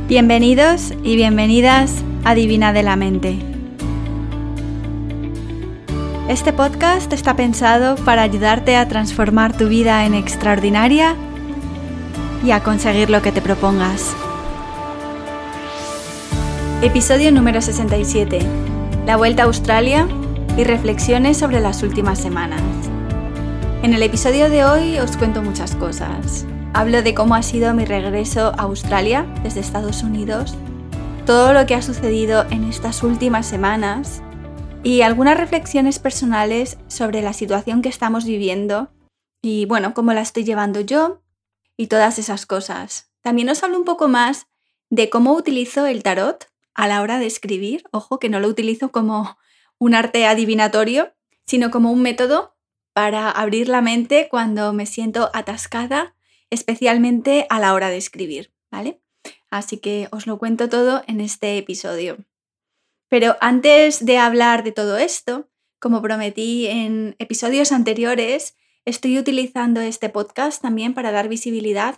Bienvenidos y bienvenidas a Divina de la Mente. Este podcast está pensado para ayudarte a transformar tu vida en extraordinaria y a conseguir lo que te propongas. Episodio número 67. La vuelta a Australia y reflexiones sobre las últimas semanas. En el episodio de hoy os cuento muchas cosas. Hablo de cómo ha sido mi regreso a Australia desde Estados Unidos, todo lo que ha sucedido en estas últimas semanas y algunas reflexiones personales sobre la situación que estamos viviendo y, cómo la estoy llevando yo y todas esas cosas. También os hablo un poco más de cómo utilizo el tarot a la hora de escribir. Ojo, que no lo utilizo como un arte adivinatorio, sino como un método para abrir la mente cuando me siento atascada, especialmente a la hora de escribir, ¿vale? Así que os lo cuento todo en este episodio. Pero antes de hablar de todo esto, como prometí en episodios anteriores, estoy utilizando este podcast también para dar visibilidad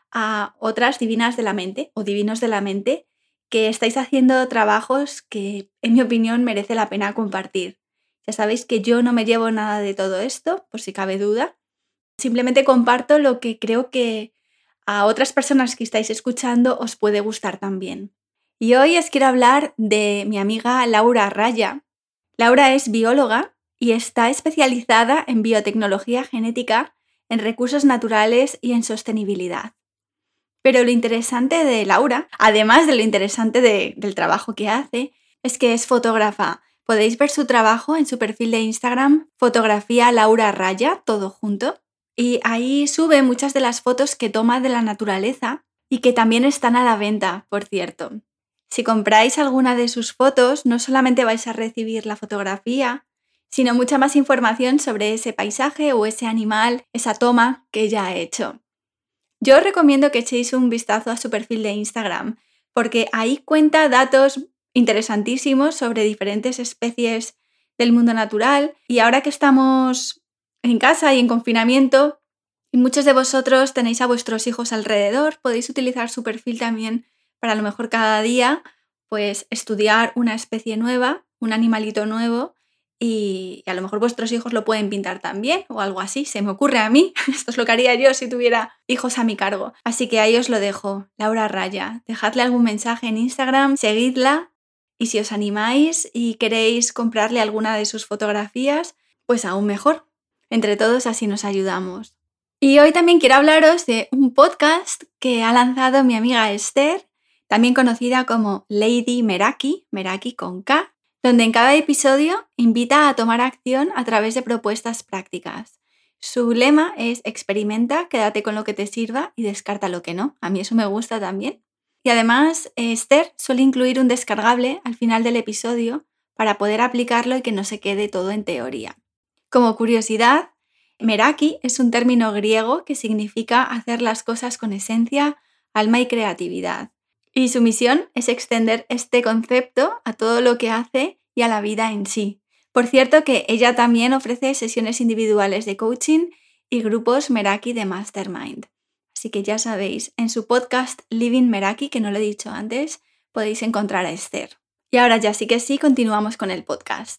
a otras divinas de la mente o divinos de la mente que estáis haciendo trabajos que, en mi opinión, merece la pena compartir. Ya sabéis que yo no me llevo nada de todo esto, por si cabe duda. Simplemente comparto lo que creo que a otras personas que estáis escuchando os puede gustar también. Y hoy os quiero hablar de mi amiga Laura Raya. Laura es bióloga y está especializada en biotecnología genética, en recursos naturales y en sostenibilidad. Pero lo interesante de Laura, además de lo interesante del trabajo que hace, es que es fotógrafa. Podéis ver su trabajo en su perfil de Instagram, fotografía Laura Raya, todo junto. Y ahí sube muchas de las fotos que toma de la naturaleza y que también están a la venta, por cierto. Si compráis alguna de sus fotos, no solamente vais a recibir la fotografía, sino mucha más información sobre ese paisaje o ese animal, esa toma que ella ha hecho. Yo os recomiendo que echéis un vistazo a su perfil de Instagram, porque ahí cuenta datos interesantísimos sobre diferentes especies del mundo natural. Y ahora que estamos en casa y en confinamiento, y muchos de vosotros tenéis a vuestros hijos alrededor, podéis utilizar su perfil también para a lo mejor cada día pues estudiar una especie nueva, un animalito nuevo, y a lo mejor vuestros hijos lo pueden pintar también o algo así, se me ocurre a mí. Esto es lo que haría yo si tuviera hijos a mi cargo. Así que ahí os lo dejo, Laura Raya. Dejadle algún mensaje en Instagram, seguidla y si os animáis y queréis comprarle alguna de sus fotografías, pues aún mejor. Entre todos así nos ayudamos. Y hoy también quiero hablaros de un podcast que ha lanzado mi amiga Esther, también conocida como Lady Meraki, Meraki con K, donde en cada episodio invita a tomar acción a través de propuestas prácticas. Su lema es experimenta, quédate con lo que te sirva y descarta lo que no. A mí eso me gusta también. Y además, Esther suele incluir un descargable al final del episodio para poder aplicarlo y que no se quede todo en teoría. Como curiosidad, Meraki es un término griego que significa hacer las cosas con esencia, alma y creatividad. Y su misión es extender este concepto a todo lo que hace y a la vida en sí. Por cierto que ella también ofrece sesiones individuales de coaching y grupos Meraki de Mastermind. Así que ya sabéis, en su podcast Living Meraki, que no lo he dicho antes, podéis encontrar a Esther. Y ahora ya sí que sí, continuamos con el podcast.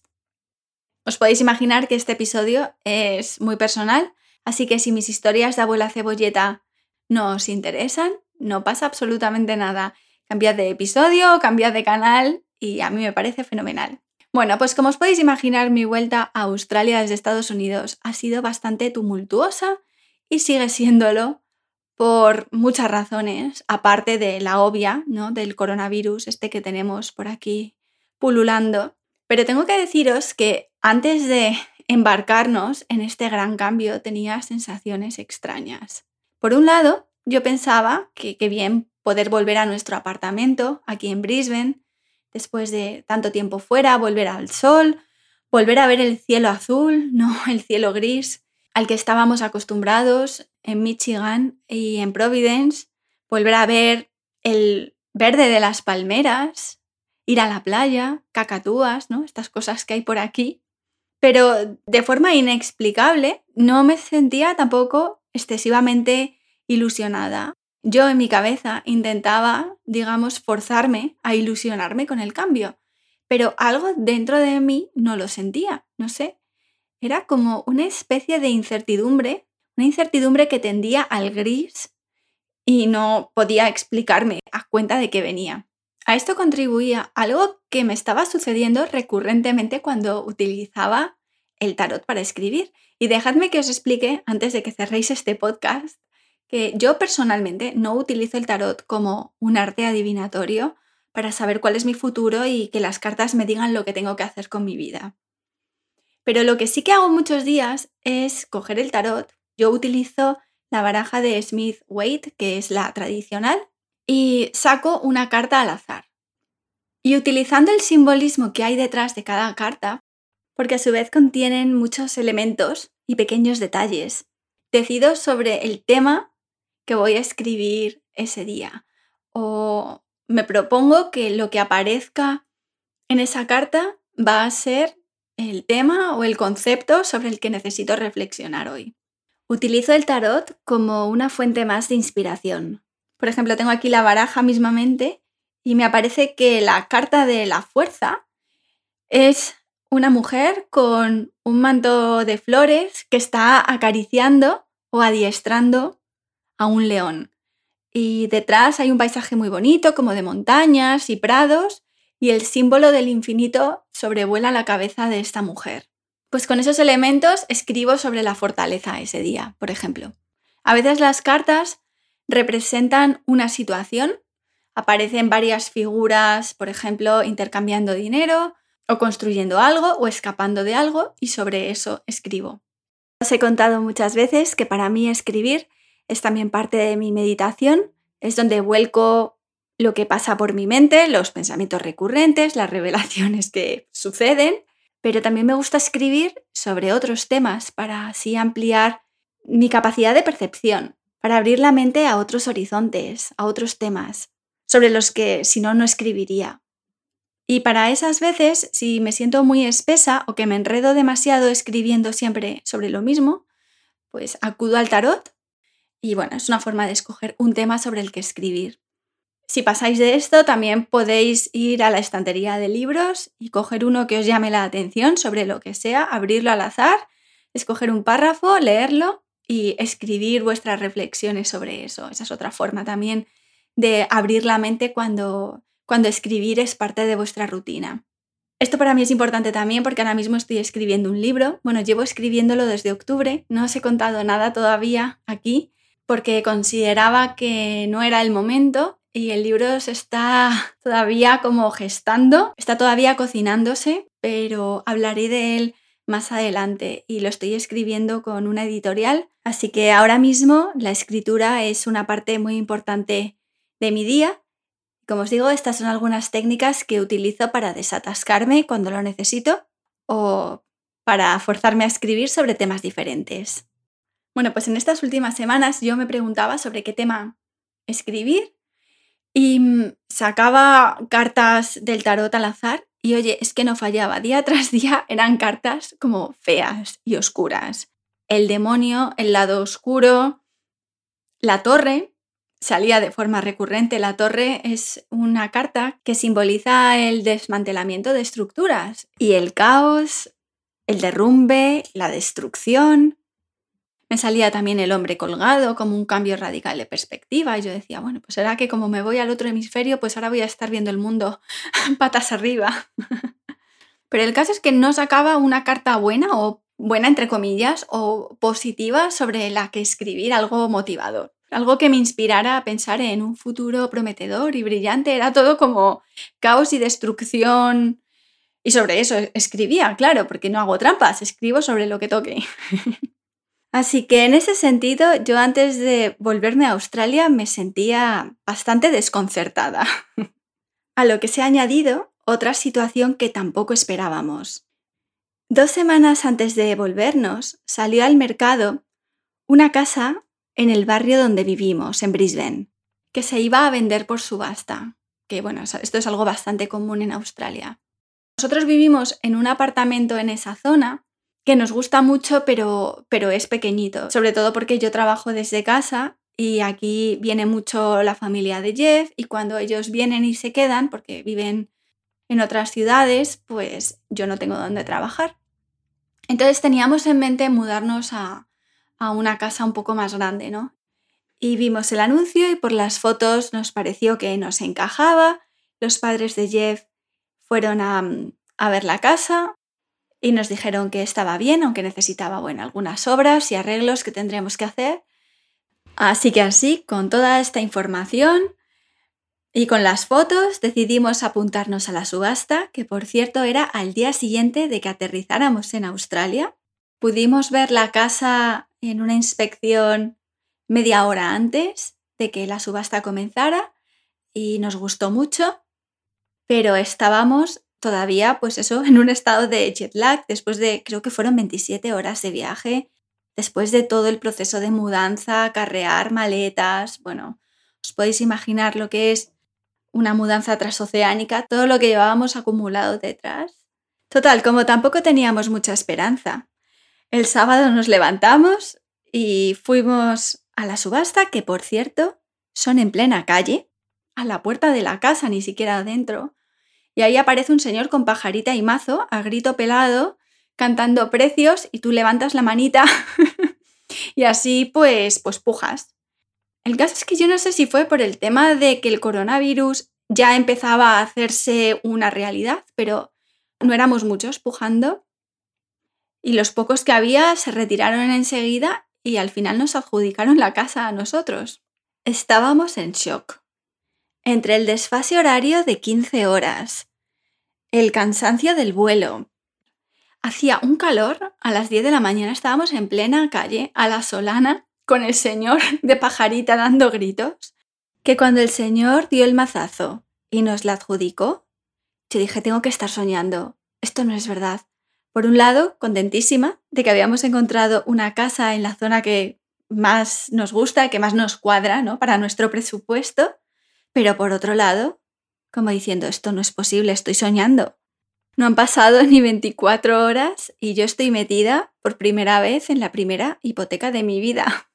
Os podéis imaginar que este episodio es muy personal, así que si mis historias de abuela cebolleta no os interesan, no pasa absolutamente nada. Cambiad de episodio, cambiad de canal y a mí me parece fenomenal. Bueno, pues como os podéis imaginar, mi vuelta a Australia desde Estados Unidos ha sido bastante tumultuosa y sigue siéndolo por muchas razones, aparte de la obvia, ¿no?, del coronavirus este que tenemos por aquí pululando. Pero tengo que deciros que antes de embarcarnos en este gran cambio tenía sensaciones extrañas. Por un lado, yo pensaba que bien poder volver a nuestro apartamento aquí en Brisbane, después de tanto tiempo fuera, volver al sol, volver a ver el cielo azul, no el cielo gris, al que estábamos acostumbrados en Michigan y en Providence, volver a ver el verde de las palmeras, ir a la playa, cacatúas, ¿no?, estas cosas que hay por aquí. Pero de forma inexplicable no me sentía tampoco excesivamente ilusionada. yo en mi cabeza intentaba, digamos, forzarme a ilusionarme con el cambio, pero algo dentro de mí no lo sentía, no sé. Era como una especie de incertidumbre, una incertidumbre que tendía al gris y no podía explicarme a cuenta de qué venía. A esto contribuía algo que me estaba sucediendo recurrentemente cuando utilizaba el tarot para escribir. Y dejadme que os explique, antes de que cerréis este podcast, que yo personalmente no utilizo el tarot como un arte adivinatorio para saber cuál es mi futuro y que las cartas me digan lo que tengo que hacer con mi vida. Pero lo que sí que hago muchos días es coger el tarot. Yo utilizo la baraja de Smith-Waite, que es la tradicional, y saco una carta al azar. Y utilizando el simbolismo que hay detrás de cada carta, porque a su vez contienen muchos elementos y pequeños detalles, decido sobre el tema que voy a escribir ese día. O me propongo que lo que aparezca en esa carta va a ser el tema o el concepto sobre el que necesito reflexionar hoy. Utilizo el tarot como una fuente más de inspiración. Por ejemplo, tengo aquí la baraja mismamente y me aparece que la carta de la fuerza es una mujer con un manto de flores que está acariciando o adiestrando a un león. Y detrás hay un paisaje muy bonito, como de montañas y prados, y el símbolo del infinito sobrevuela la cabeza de esta mujer. Pues con esos elementos escribo sobre la fortaleza ese día, por ejemplo. A veces las cartas representan una situación, aparecen varias figuras, por ejemplo, intercambiando dinero, o construyendo algo, o escapando de algo, y sobre eso escribo. Os he contado muchas veces que para mí escribir es también parte de mi meditación, es donde vuelco lo que pasa por mi mente, los pensamientos recurrentes, las revelaciones que suceden, pero también me gusta escribir sobre otros temas para así ampliar mi capacidad de percepción, para abrir la mente a otros horizontes, a otros temas, sobre los que si no, no escribiría. Y para esas veces, si me siento muy espesa o que me enredo demasiado escribiendo siempre sobre lo mismo, pues acudo al tarot y bueno, es una forma de escoger un tema sobre el que escribir. Si pasáis de esto, también podéis ir a la estantería de libros y coger uno que os llame la atención sobre lo que sea, abrirlo al azar, escoger un párrafo, leerlo y escribir vuestras reflexiones sobre eso. Esa es otra forma también de abrir la mente cuando escribir es parte de vuestra rutina. Esto para mí es importante también porque ahora mismo estoy escribiendo un libro. Bueno, llevo escribiéndolo desde octubre, no os he contado nada todavía aquí porque consideraba que no era el momento y el libro se está todavía como gestando, está todavía cocinándose, pero hablaré de él más adelante y lo estoy escribiendo con una editorial, así que ahora mismo la escritura es una parte muy importante de mi día. Como os digo, estas son algunas técnicas que utilizo para desatascarme cuando lo necesito o para forzarme a escribir sobre temas diferentes. Bueno, pues en estas últimas semanas yo me preguntaba sobre qué tema escribir y sacaba cartas del tarot al azar y oye, es que no fallaba. Día tras día eran cartas como feas y oscuras. El demonio, el lado oscuro, la torre. Salía de forma recurrente. La torre es una carta que simboliza el desmantelamiento de estructuras y el caos, el derrumbe, la destrucción. Me salía también el hombre colgado como un cambio radical de perspectiva y yo decía, bueno, pues será que como me voy al otro hemisferio, pues ahora voy a estar viendo el mundo patas arriba. Pero el caso es que no sacaba una carta buena o buena entre comillas o positiva sobre la que escribir algo motivador. Algo que me inspirara a pensar en un futuro prometedor y brillante. Era todo como caos y destrucción. Y sobre eso escribía, claro, porque no hago trampas, escribo sobre lo que toque. Así que en ese sentido, yo antes de volverme a Australia me sentía bastante desconcertada. A lo que se ha añadido otra situación que tampoco esperábamos. 2 semanas antes de volvernos, salió al mercado una casa en el barrio donde vivimos, en Brisbane, que se iba a vender por subasta. Que bueno, esto es algo bastante común en Australia. Nosotros vivimos en un apartamento en esa zona que nos gusta mucho, pero es pequeñito. Sobre todo porque yo trabajo desde casa y aquí viene mucho la familia de Jeff y cuando ellos vienen y se quedan, porque viven en otras ciudades, pues yo no tengo dónde trabajar. Entonces teníamos en mente mudarnos a una casa un poco más grande, ¿no? Y vimos el anuncio y por las fotos nos pareció que nos encajaba. Los padres de Jeff fueron a ver la casa y nos dijeron que estaba bien, aunque necesitaba, algunas obras y arreglos que tendríamos que hacer. Así que así, con toda esta información y con las fotos, decidimos apuntarnos a la subasta, que por cierto era al día siguiente de que aterrizáramos en Australia. Pudimos ver la casa en una inspección media hora antes de que la subasta comenzara y nos gustó mucho, pero estábamos todavía, en un estado de jet lag después de, creo que fueron 27 horas de viaje, después de todo el proceso de mudanza, carrear maletas, os podéis imaginar lo que es una mudanza transoceánica, todo lo que llevábamos acumulado detrás. Total, como tampoco teníamos mucha esperanza, el sábado nos levantamos y fuimos a la subasta, que por cierto son en plena calle, a la puerta de la casa, ni siquiera adentro. Y ahí aparece un señor con pajarita y mazo, a grito pelado, cantando precios y tú levantas la manita y así pues pujas. El caso es que yo no sé si fue por el tema de que el coronavirus ya empezaba a hacerse una realidad, pero no éramos muchos pujando y los pocos que había se retiraron enseguida y al final nos adjudicaron la casa a nosotros. Estábamos en shock. Entre el desfase horario de 15 horas, el cansancio del vuelo, hacía un calor, a las 10 de la mañana estábamos en plena calle, a la solana, con el señor de pajarita dando gritos, que cuando el señor dio el mazazo y nos la adjudicó, yo dije, tengo que estar soñando, esto no es verdad. Por un lado, contentísima de que habíamos encontrado una casa en la zona que más nos gusta, que más nos cuadra, ¿no?, para nuestro presupuesto, pero por otro lado, como diciendo, esto no es posible, estoy soñando. No han pasado ni 24 horas y yo estoy metida por primera vez en la primera hipoteca de mi vida.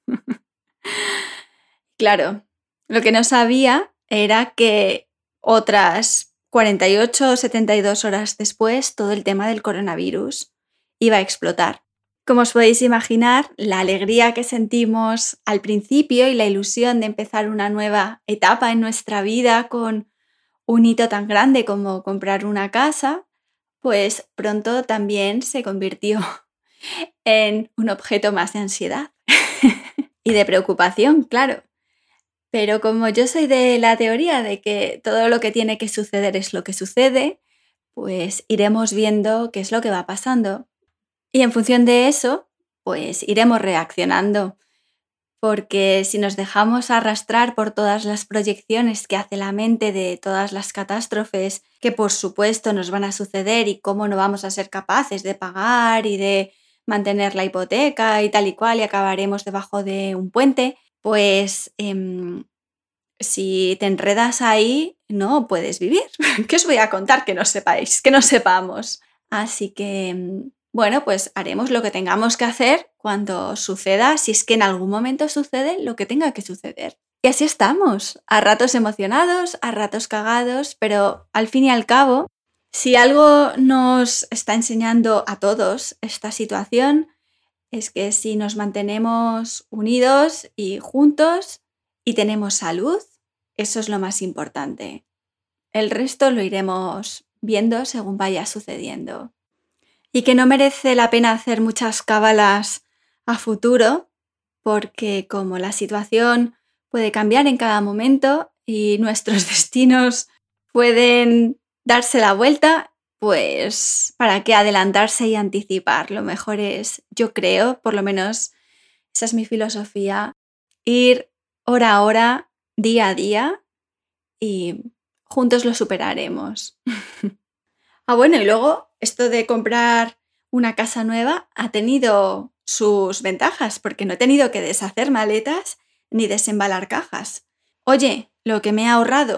Claro, lo que no sabía era que otras 48 o 72 horas después todo el tema del coronavirus iba a explotar. Como os podéis imaginar, la alegría que sentimos al principio y la ilusión de empezar una nueva etapa en nuestra vida con un hito tan grande como comprar una casa, pues pronto también se convirtió en un objeto más de ansiedad y de preocupación, claro. Pero como yo soy de la teoría de que todo lo que tiene que suceder es lo que sucede, pues iremos viendo qué es lo que va pasando. Y en función de eso, pues iremos reaccionando. Porque si nos dejamos arrastrar por todas las proyecciones que hace la mente de todas las catástrofes que por supuesto nos van a suceder y cómo no vamos a ser capaces de pagar y de mantener la hipoteca y tal y cual y acabaremos debajo de un puente, pues si te enredas ahí no puedes vivir. ¿Qué os voy a contar que no sepáis, que no sepamos? Así que pues haremos lo que tengamos que hacer cuando suceda, si es que en algún momento sucede lo que tenga que suceder. Y así estamos, a ratos emocionados, a ratos cagados, pero al fin y al cabo, si algo nos está enseñando a todos esta situación, es que si nos mantenemos unidos y juntos y tenemos salud, eso es lo más importante. El resto lo iremos viendo según vaya sucediendo. Y que no merece la pena hacer muchas cábalas a futuro, porque como la situación puede cambiar en cada momento y nuestros destinos pueden darse la vuelta, pues ¿para qué adelantarse y anticipar? Lo mejor es, yo creo, por lo menos esa es mi filosofía, ir hora a hora, día a día y juntos lo superaremos. Y luego esto de comprar una casa nueva ha tenido sus ventajas porque no he tenido que deshacer maletas ni desembalar cajas. Oye, lo que me he ahorrado.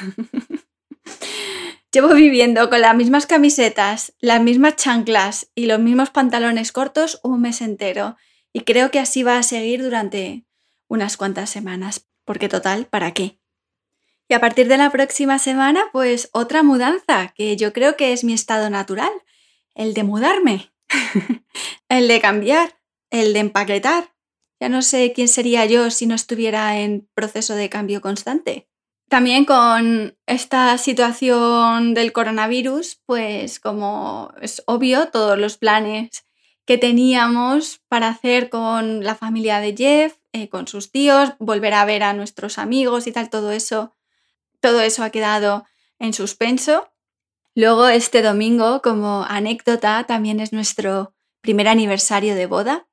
Llevo viviendo con las mismas camisetas, las mismas chanclas y los mismos pantalones cortos un mes entero y creo que así va a seguir durante unas cuantas semanas, porque total, ¿para qué? Y a partir de la próxima semana, pues otra mudanza, que yo creo que es mi estado natural, el de mudarme, el de cambiar, el de empaquetar. Ya no sé quién sería yo si no estuviera en proceso de cambio constante. También con esta situación del coronavirus, pues como es obvio, todos los planes que teníamos para hacer con la familia de Jeff, con sus tíos, volver a ver a nuestros amigos y tal, todo eso ha quedado en suspenso. Luego este domingo, como anécdota, también es nuestro primer aniversario de boda.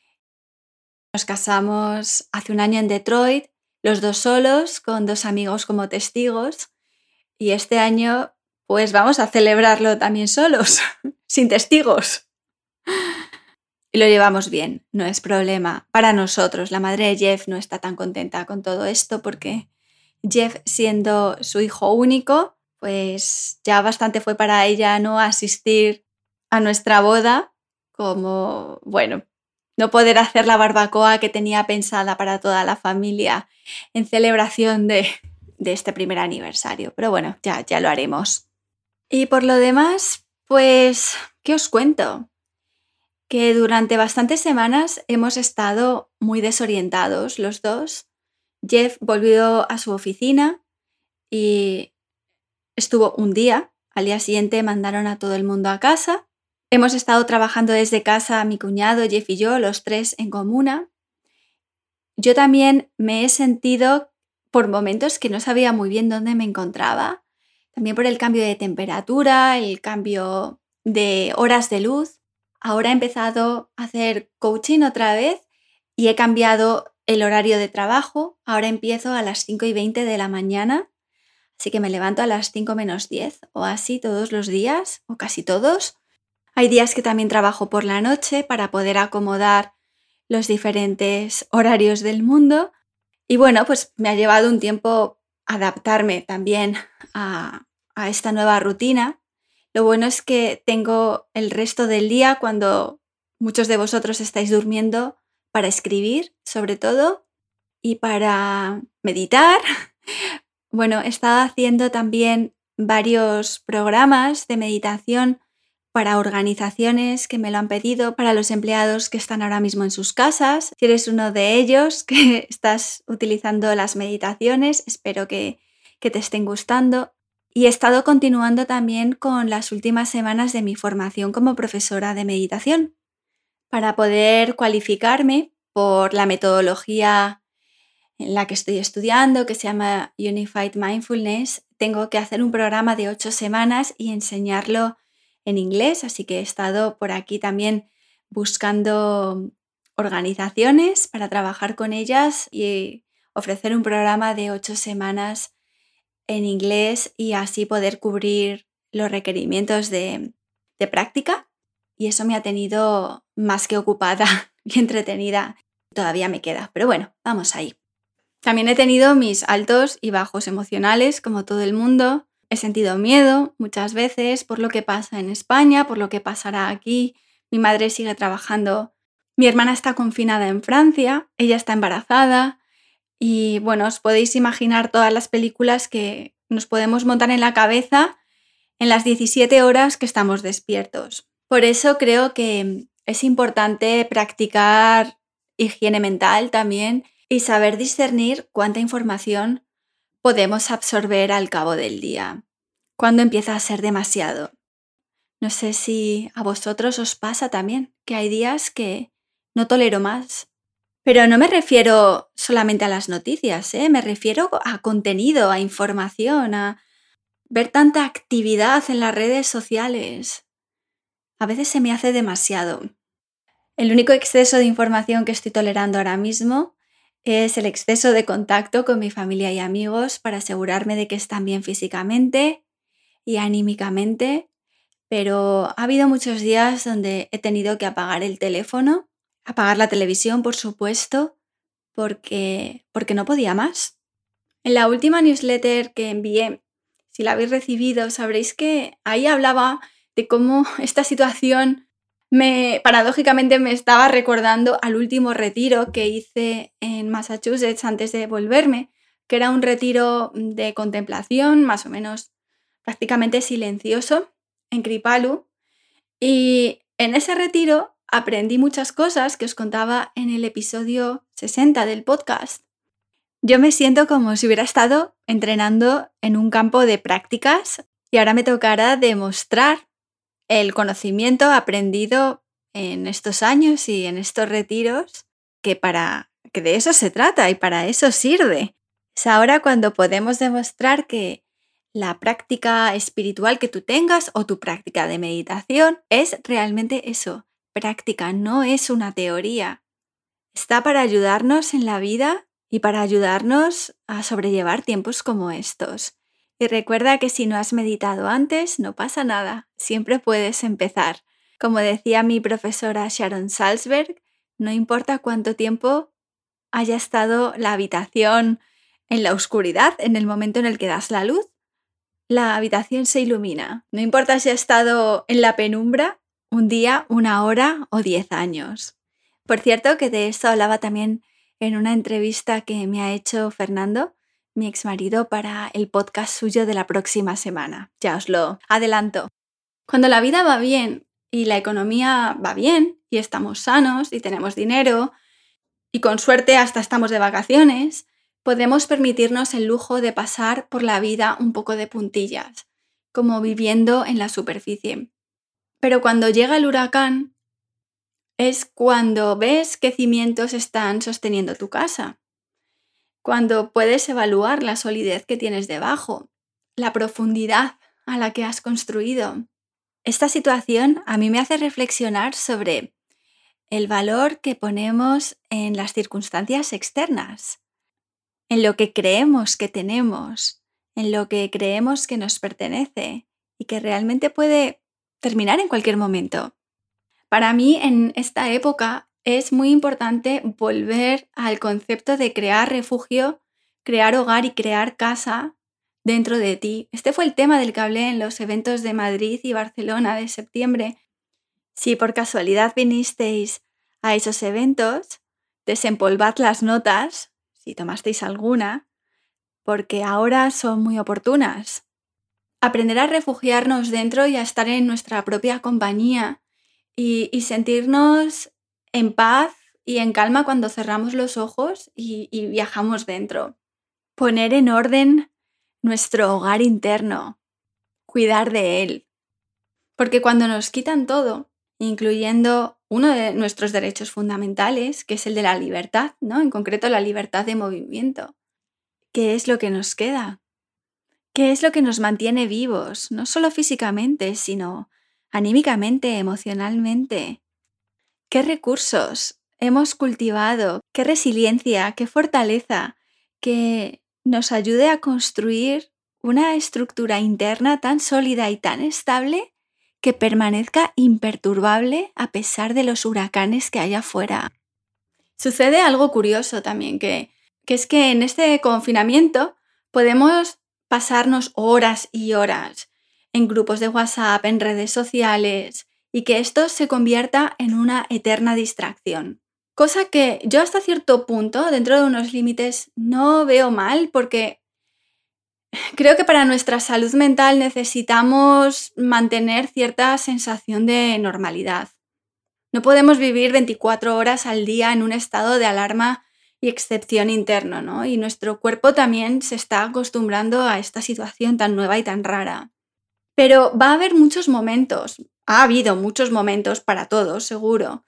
Nos casamos hace un año en Detroit, los dos solos, con 2 amigos como testigos. Y este año, pues vamos a celebrarlo también solos, sin testigos. Y lo llevamos bien, no es problema. Para nosotros, la madre de Jeff no está tan contenta con todo esto porque Jeff, siendo su hijo único, pues ya bastante fue para ella no asistir a nuestra boda, como, bueno, no poder hacer la barbacoa que tenía pensada para toda la familia en celebración de este primer aniversario. Pero bueno, ya lo haremos. Y por lo demás, pues, ¿qué os cuento? Que durante bastantes semanas hemos estado muy desorientados los dos. Jeff volvió a su oficina y estuvo un día. Al día siguiente mandaron a todo el mundo a casa. Hemos estado trabajando desde casa mi cuñado, Jeff y yo, los 3 en comuna. Yo también me he sentido por momentos que no sabía muy bien dónde me encontraba. También por el cambio de temperatura, el cambio de horas de luz. Ahora he empezado a hacer coaching otra vez y he cambiado el horario de trabajo. Ahora empiezo a las 5:20 de la mañana, así que me levanto a las 5 menos 10 o así todos los días, o casi todos. Hay días que también trabajo por la noche para poder acomodar los diferentes horarios del mundo. Y bueno, pues me ha llevado un tiempo adaptarme también a esta nueva rutina. Lo bueno es que tengo el resto del día, cuando muchos de vosotros estáis durmiendo, para escribir, sobre todo, y para meditar. Bueno, he estado haciendo también varios programas de meditación para organizaciones que me lo han pedido, para los empleados que están ahora mismo en sus casas. Si eres uno de ellos que estás utilizando las meditaciones, espero que te estén gustando. Y he estado continuando también con las últimas semanas de mi formación como profesora de meditación para poder cualificarme por la metodología en la que estoy estudiando, que se llama Unified Mindfulness. Tengo que hacer un programa de 8 semanas y enseñarlo en inglés, así que he estado por aquí también buscando organizaciones para trabajar con ellas y ofrecer un programa de 8 semanas en inglés y así poder cubrir los requerimientos de práctica. Y eso me ha tenido más que ocupada y entretenida. Todavía me queda, pero bueno, vamos ahí. También he tenido mis altos y bajos emocionales, como todo el mundo. He sentido miedo muchas veces por lo que pasa en España, por lo que pasará aquí. Mi madre sigue trabajando. Mi hermana está confinada en Francia, ella está embarazada. Y bueno, os podéis imaginar todas las películas que nos podemos montar en la cabeza en las 17 horas que estamos despiertos. Por eso creo que es importante practicar higiene mental también y saber discernir cuánta información podemos absorber al cabo del día, cuando empieza a ser demasiado. No sé si a vosotros os pasa también, que hay días que no tolero más. Pero no me refiero solamente a las noticias, me refiero a contenido, a información, a ver tanta actividad en las redes sociales. A veces se me hace demasiado. El único exceso de información que estoy tolerando ahora mismo es el exceso de contacto con mi familia y amigos para asegurarme de que están bien físicamente y anímicamente, pero ha habido muchos días donde he tenido que apagar el teléfono, apagar la televisión, por supuesto, porque no podía más. En la última newsletter que envié, si la habéis recibido, sabréis que ahí hablaba de cómo esta situación paradójicamente me estaba recordando al último retiro que hice en Massachusetts antes de volverme, que era un retiro de contemplación, más o menos prácticamente silencioso, en Kripalu. Y en ese retiro aprendí muchas cosas que os contaba en el episodio 60 del podcast. Yo me siento como si hubiera estado entrenando en un campo de prácticas y ahora me tocará demostrar el conocimiento aprendido en estos años y en estos retiros, que de eso se trata y para eso sirve. Es ahora cuando podemos demostrar que la práctica espiritual que tú tengas o tu práctica de meditación es realmente eso, práctica, no es una teoría. Está para ayudarnos en la vida y para ayudarnos a sobrellevar tiempos como estos. Y recuerda que si no has meditado antes, no pasa nada, siempre puedes empezar. Como decía mi profesora Sharon Salzberg, no importa cuánto tiempo haya estado la habitación en la oscuridad, en el momento en el que das la luz, la habitación se ilumina. No importa si ha estado en la penumbra un día, una hora o 10 años. Por cierto, que de esto hablaba también en una entrevista que me ha hecho Fernando, mi exmarido, para el podcast suyo de la próxima semana. Ya os lo adelanto. Cuando la vida va bien y la economía va bien y estamos sanos y tenemos dinero y con suerte hasta estamos de vacaciones, podemos permitirnos el lujo de pasar por la vida un poco de puntillas, como viviendo en la superficie. Pero cuando llega el huracán, es cuando ves qué cimientos están sosteniendo tu casa, cuando puedes evaluar la solidez que tienes debajo, la profundidad a la que has construido. Esta situación a mí me hace reflexionar sobre el valor que ponemos en las circunstancias externas, en lo que creemos que tenemos, en lo que creemos que nos pertenece y que realmente puede terminar en cualquier momento. Para mí, en esta época, es muy importante volver al concepto de crear refugio, crear hogar y crear casa dentro de ti. Este fue el tema del que hablé en los eventos de Madrid y Barcelona de septiembre. Si por casualidad vinisteis a esos eventos, desempolvad las notas, si tomasteis alguna, porque ahora son muy oportunas. Aprender a refugiarnos dentro y a estar en nuestra propia compañía y sentirnos en paz y en calma cuando cerramos los ojos y viajamos dentro. Poner en orden nuestro hogar interno, cuidar de él. Porque cuando nos quitan todo, incluyendo uno de nuestros derechos fundamentales, que es el de la libertad, ¿no? En concreto la libertad de movimiento, ¿qué es lo que nos queda? ¿Qué es lo que nos mantiene vivos? No solo físicamente, sino anímicamente, emocionalmente. ¿Qué recursos hemos cultivado? ¿Qué resiliencia? ¿Qué fortaleza? Que nos ayude a construir una estructura interna tan sólida y tan estable que permanezca imperturbable a pesar de los huracanes que hay afuera. Sucede algo curioso también, que es que en este confinamiento podemos pasarnos horas y horas en grupos de WhatsApp, en redes sociales, y que esto se convierta en una eterna distracción. Cosa que yo hasta cierto punto, dentro de unos límites, no veo mal, porque creo que para nuestra salud mental necesitamos mantener cierta sensación de normalidad. No podemos vivir 24 horas al día en un estado de alarma y excepción interno, ¿no? Y nuestro cuerpo también se está acostumbrando a esta situación tan nueva y tan rara. Pero va a haber muchos momentos, ha habido muchos momentos para todos, seguro,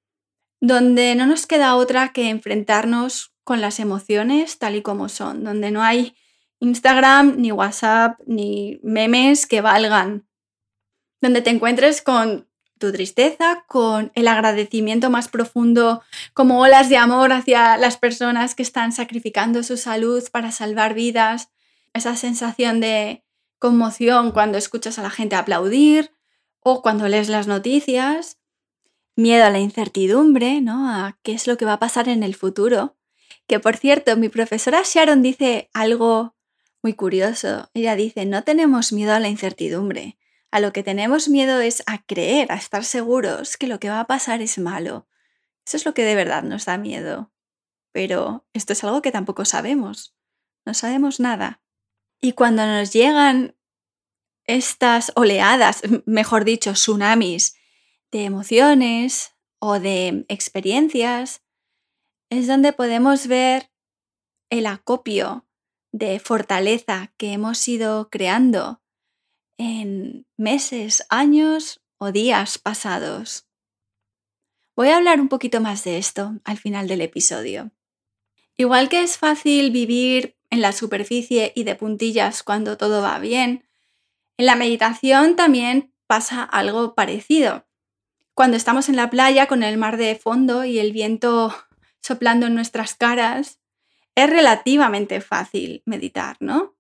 donde no nos queda otra que enfrentarnos con las emociones tal y como son, donde no hay Instagram, ni WhatsApp, ni memes que valgan, donde te encuentres con tu tristeza, con el agradecimiento más profundo, como olas de amor hacia las personas que están sacrificando su salud para salvar vidas, esa sensación de conmoción cuando escuchas a la gente aplaudir o cuando lees las noticias, miedo a la incertidumbre, ¿no? A qué es lo que va a pasar en el futuro. Que por cierto, mi profesora Sharon dice algo muy curioso. Ella dice, no tenemos miedo a la incertidumbre. A lo que tenemos miedo es a creer, a estar seguros que lo que va a pasar es malo. Eso es lo que de verdad nos da miedo. Pero esto es algo que tampoco sabemos. No sabemos nada. Y cuando nos llegan estas oleadas, mejor dicho, tsunamis de emociones o de experiencias, es donde podemos ver el acopio de fortaleza que hemos ido creando en meses, años o días pasados. Voy a hablar un poquito más de esto al final del episodio. Igual que es fácil vivir en la superficie y de puntillas cuando todo va bien, en la meditación también pasa algo parecido. Cuando estamos en la playa con el mar de fondo y el viento soplando en nuestras caras, es relativamente fácil meditar, ¿no?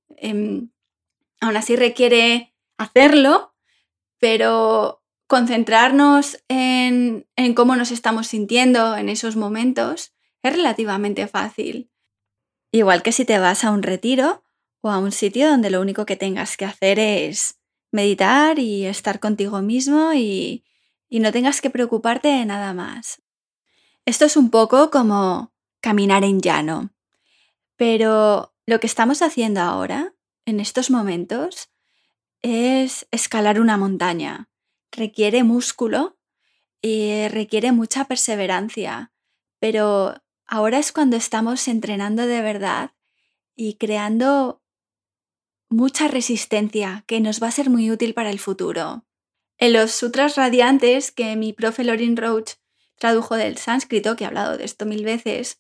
Aún así requiere hacerlo, pero concentrarnos en cómo nos estamos sintiendo en esos momentos es relativamente fácil. Igual que si te vas a un retiro o a un sitio donde lo único que tengas que hacer es meditar y estar contigo mismo y no tengas que preocuparte de nada más. Esto es un poco como caminar en llano, pero lo que estamos haciendo ahora, en estos momentos, es escalar una montaña. Requiere músculo y requiere mucha perseverancia, pero ahora es cuando estamos entrenando de verdad y creando mucha resistencia que nos va a ser muy útil para el futuro. En los sutras radiantes que mi profe Lorin Roach tradujo del sánscrito, que he hablado de esto 1000 veces,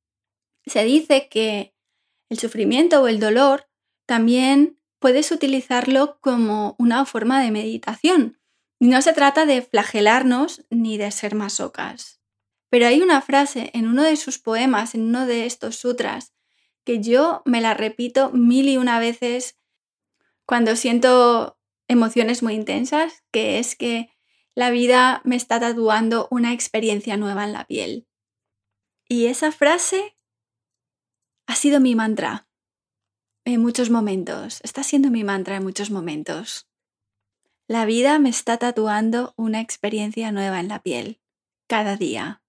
se dice que el sufrimiento o el dolor también puedes utilizarlo como una forma de meditación. No se trata de flagelarnos ni de ser masocas. Pero hay una frase en uno de sus poemas, en uno de estos sutras, que yo me la repito 1001 veces cuando siento emociones muy intensas, que es que la vida me está tatuando una experiencia nueva en la piel. Y esa frase ha sido mi mantra en muchos momentos, está siendo mi mantra en muchos momentos. La vida me está tatuando una experiencia nueva en la piel, cada día.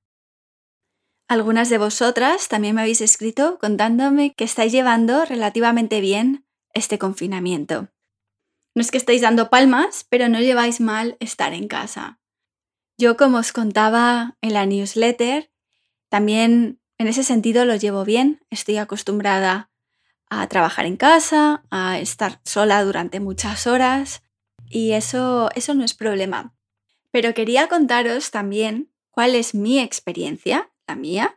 Algunas de vosotras también me habéis escrito contándome que estáis llevando relativamente bien este confinamiento. No es que estáis dando palmas, pero no lleváis mal estar en casa. Yo, como os contaba en la newsletter, también en ese sentido lo llevo bien. Estoy acostumbrada a trabajar en casa, a estar sola durante muchas horas y eso no es problema. Pero quería contaros también cuál es mi experiencia, la mía,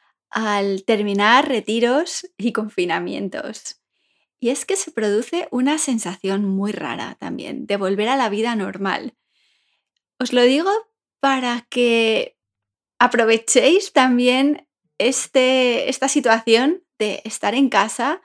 al terminar retiros y confinamientos. Y es que se produce una sensación muy rara también de volver a la vida normal. Os lo digo para que aprovechéis también esta situación de estar en casa,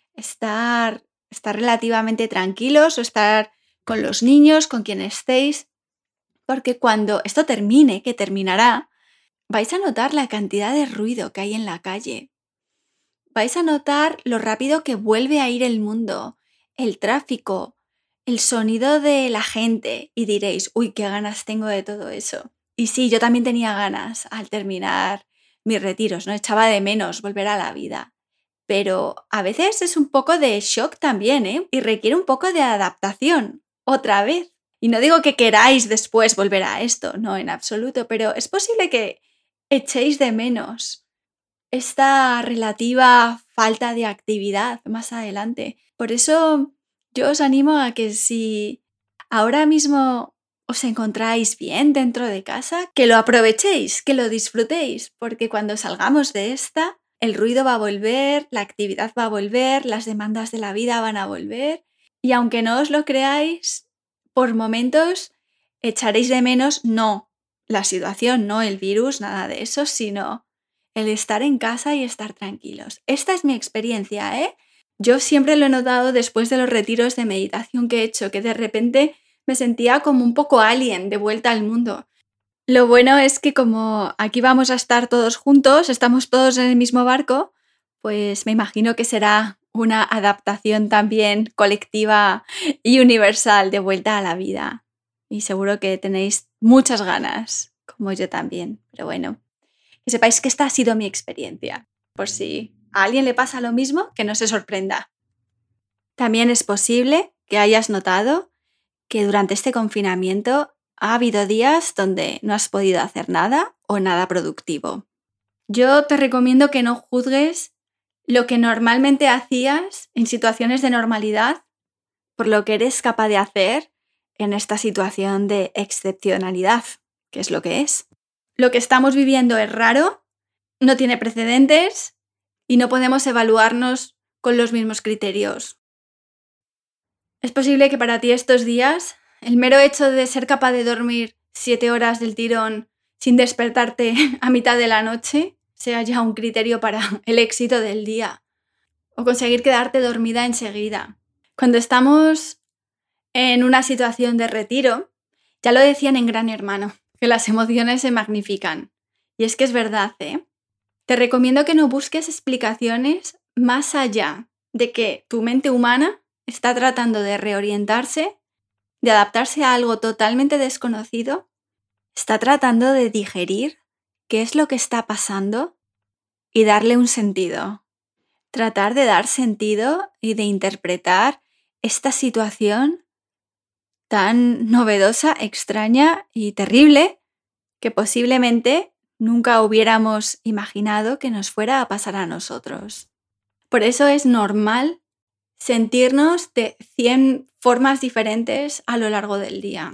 estar relativamente tranquilos o estar con los niños, con quien estéis, porque cuando esto termine, que terminará, vais a notar la cantidad de ruido que hay en la calle. Vais a notar lo rápido que vuelve a ir el mundo, el tráfico, el sonido de la gente y diréis, uy, qué ganas tengo de todo eso. Y sí, yo también tenía ganas al terminar mis retiros, ¿no? Echaba de menos volver a la vida. Pero a veces es un poco de shock también, ¿eh? Y requiere un poco de adaptación, otra vez. Y no digo que queráis después volver a esto, no, en absoluto, pero es posible que echéis de menos esta relativa falta de actividad más adelante. Por eso yo os animo a que si ahora mismo os encontráis bien dentro de casa, que lo aprovechéis, que lo disfrutéis, porque cuando salgamos de esta, el ruido va a volver, la actividad va a volver, las demandas de la vida van a volver y aunque no os lo creáis, por momentos echaréis de menos no la situación, no el virus, nada de eso, sino el estar en casa y estar tranquilos. Esta es mi experiencia, ¿eh? Yo siempre lo he notado después de los retiros de meditación que he hecho, que de repente me sentía como un poco alien de vuelta al mundo. Lo bueno es que como aquí vamos a estar todos juntos, estamos todos en el mismo barco, pues me imagino que será una adaptación también colectiva y universal de vuelta a la vida. Y seguro que tenéis muchas ganas, como yo también. Pero bueno, que sepáis que esta ha sido mi experiencia. Por si a alguien le pasa lo mismo, que no se sorprenda. También es posible que hayas notado que durante este confinamiento ha habido días donde no has podido hacer nada o nada productivo. Yo te recomiendo que no juzgues lo que normalmente hacías en situaciones de normalidad por lo que eres capaz de hacer en esta situación de excepcionalidad, que es lo que es. Lo que estamos viviendo es raro, no tiene precedentes y no podemos evaluarnos con los mismos criterios. Es posible que para ti estos días el mero hecho de ser capaz de dormir 7 horas del tirón sin despertarte a mitad de la noche sea ya un criterio para el éxito del día, o conseguir quedarte dormida enseguida. Cuando estamos en una situación de retiro, ya lo decían en Gran Hermano, que las emociones se magnifican. Y es que es verdad, ¿eh? Te recomiendo que no busques explicaciones más allá de que tu mente humana está tratando de reorientarse, de adaptarse a algo totalmente desconocido, está tratando de digerir qué es lo que está pasando y darle un sentido. Tratar de dar sentido y de interpretar esta situación tan novedosa, extraña y terrible que posiblemente nunca hubiéramos imaginado que nos fuera a pasar a nosotros. Por eso es normal sentirnos de 100 formas diferentes a lo largo del día.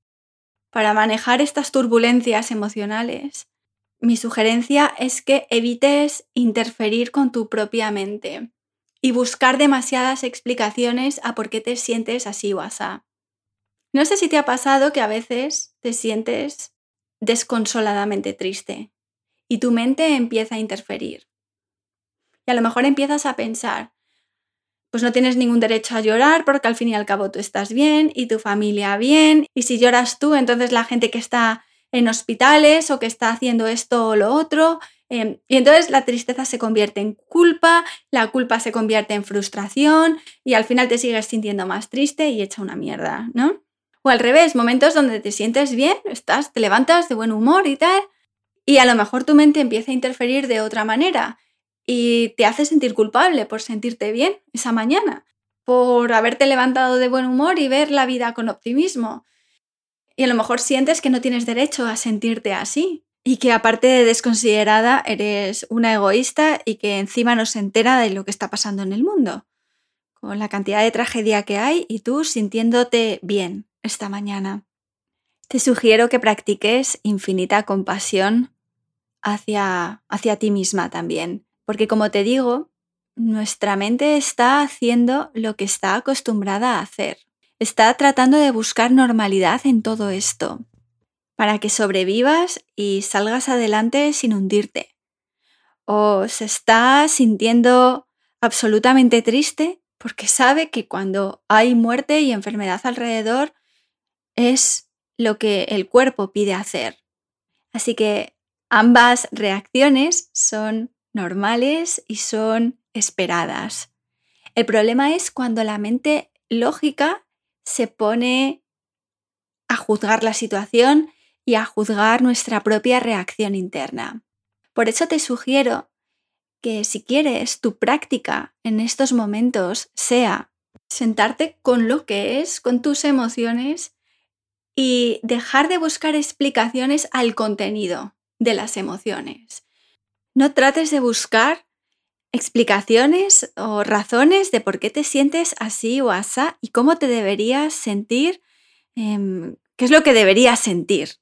Para manejar estas turbulencias emocionales, mi sugerencia es que evites interferir con tu propia mente y buscar demasiadas explicaciones a por qué te sientes así o asá. No sé si te ha pasado que a veces te sientes desconsoladamente triste y tu mente empieza a interferir. Y a lo mejor empiezas a pensar, pues no tienes ningún derecho a llorar porque al fin y al cabo tú estás bien y tu familia bien, y si lloras tú, entonces la gente que está en hospitales o que está haciendo esto o lo otro, y entonces la tristeza se convierte en culpa, la culpa se convierte en frustración y al final te sigues sintiendo más triste y hecha una mierda, ¿no? O al revés, momentos donde te sientes bien, te levantas de buen humor y tal, y a lo mejor tu mente empieza a interferir de otra manera y te hace sentir culpable por sentirte bien esa mañana, por haberte levantado de buen humor y ver la vida con optimismo. Y a lo mejor sientes que no tienes derecho a sentirte así y que aparte de desconsiderada eres una egoísta y que encima no se entera de lo que está pasando en el mundo, con la cantidad de tragedia que hay y tú sintiéndote bien esta mañana. Te sugiero que practiques infinita compasión hacia ti misma también. Porque como te digo, nuestra mente está haciendo lo que está acostumbrada a hacer. Está tratando de buscar normalidad en todo esto, para que sobrevivas y salgas adelante sin hundirte. O se está sintiendo absolutamente triste porque sabe que cuando hay muerte y enfermedad alrededor es lo que el cuerpo pide hacer. Así que ambas reacciones son normales y son esperadas. El problema es cuando la mente lógica se pone a juzgar la situación y a juzgar nuestra propia reacción interna. Por eso te sugiero que si quieres, tu práctica en estos momentos sea sentarte con lo que es, con tus emociones y dejar de buscar explicaciones al contenido de las emociones. No trates de buscar explicaciones o razones de por qué te sientes así o asá y cómo te deberías sentir, qué es lo que deberías sentir.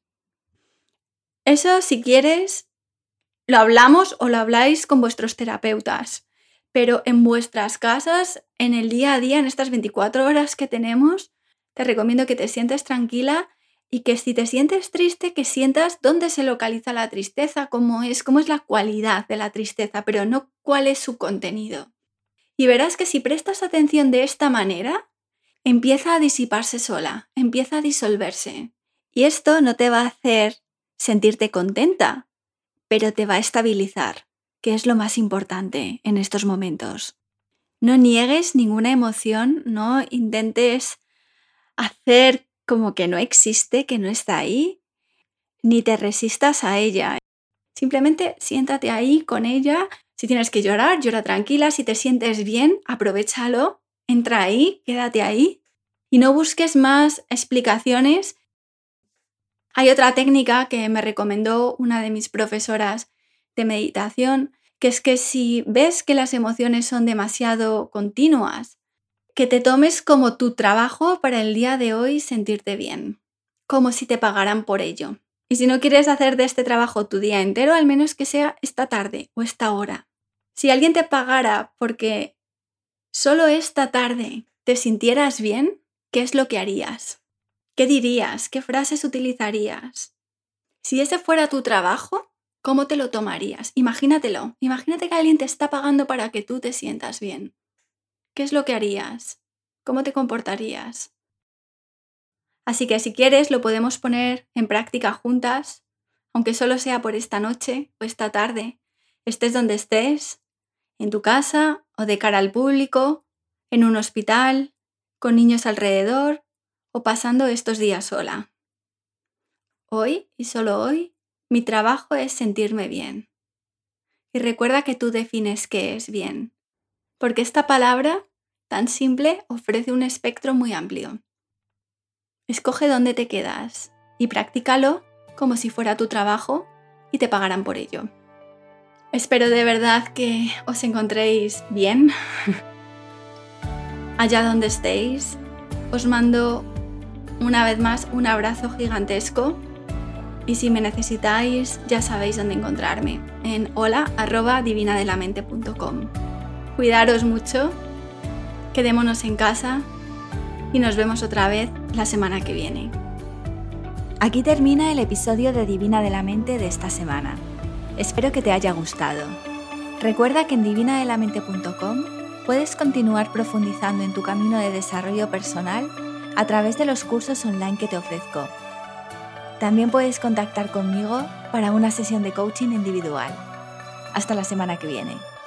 Eso, si quieres, lo hablamos o lo habláis con vuestros terapeutas, pero en vuestras casas, en el día a día, en estas 24 horas que tenemos, te recomiendo que te sientes tranquila y que si te sientes triste, que sientas dónde se localiza la tristeza, cómo es la cualidad de la tristeza, pero no cuál es su contenido. Y verás que si prestas atención de esta manera, empieza a disiparse sola, empieza a disolverse. Y esto no te va a hacer sentirte contenta, pero te va a estabilizar, que es lo más importante en estos momentos. No niegues ninguna emoción, no intentes hacer como que no existe, que no está ahí, ni te resistas a ella. Simplemente siéntate ahí con ella. Si tienes que llorar, llora tranquila. Si te sientes bien, aprovéchalo, entra ahí, quédate ahí y no busques más explicaciones. Hay otra técnica que me recomendó una de mis profesoras de meditación, que es que si ves que las emociones son demasiado continuas, que te tomes como tu trabajo para el día de hoy sentirte bien, como si te pagaran por ello. Y si no quieres hacer de este trabajo tu día entero, al menos que sea esta tarde o esta hora. Si alguien te pagara porque solo esta tarde te sintieras bien, ¿qué es lo que harías? ¿Qué dirías? ¿Qué frases utilizarías? Si ese fuera tu trabajo, ¿cómo te lo tomarías? Imagínatelo. Imagínate que alguien te está pagando para que tú te sientas bien. ¿Qué es lo que harías? ¿Cómo te comportarías? Así que si quieres lo podemos poner en práctica juntas, aunque solo sea por esta noche o esta tarde, estés donde estés, en tu casa o de cara al público, en un hospital, con niños alrededor o pasando estos días sola. Hoy y solo hoy, mi trabajo es sentirme bien. Y recuerda que tú defines qué es bien, porque esta palabra tan simple ofrece un espectro muy amplio. Escoge dónde te quedas y practícalo como si fuera tu trabajo y te pagaran por ello. Espero de verdad que os encontréis bien. Allá donde estéis, os mando una vez más un abrazo gigantesco y si me necesitáis ya sabéis dónde encontrarme, en hola@divinadelamente.com. Cuidaros mucho, quedémonos en casa y nos vemos otra vez la semana que viene. Aquí termina el episodio de Divina de la Mente de esta semana. Espero que te haya gustado. Recuerda que en divinadelamente.com puedes continuar profundizando en tu camino de desarrollo personal a través de los cursos online que te ofrezco. También puedes contactar conmigo para una sesión de coaching individual. Hasta la semana que viene.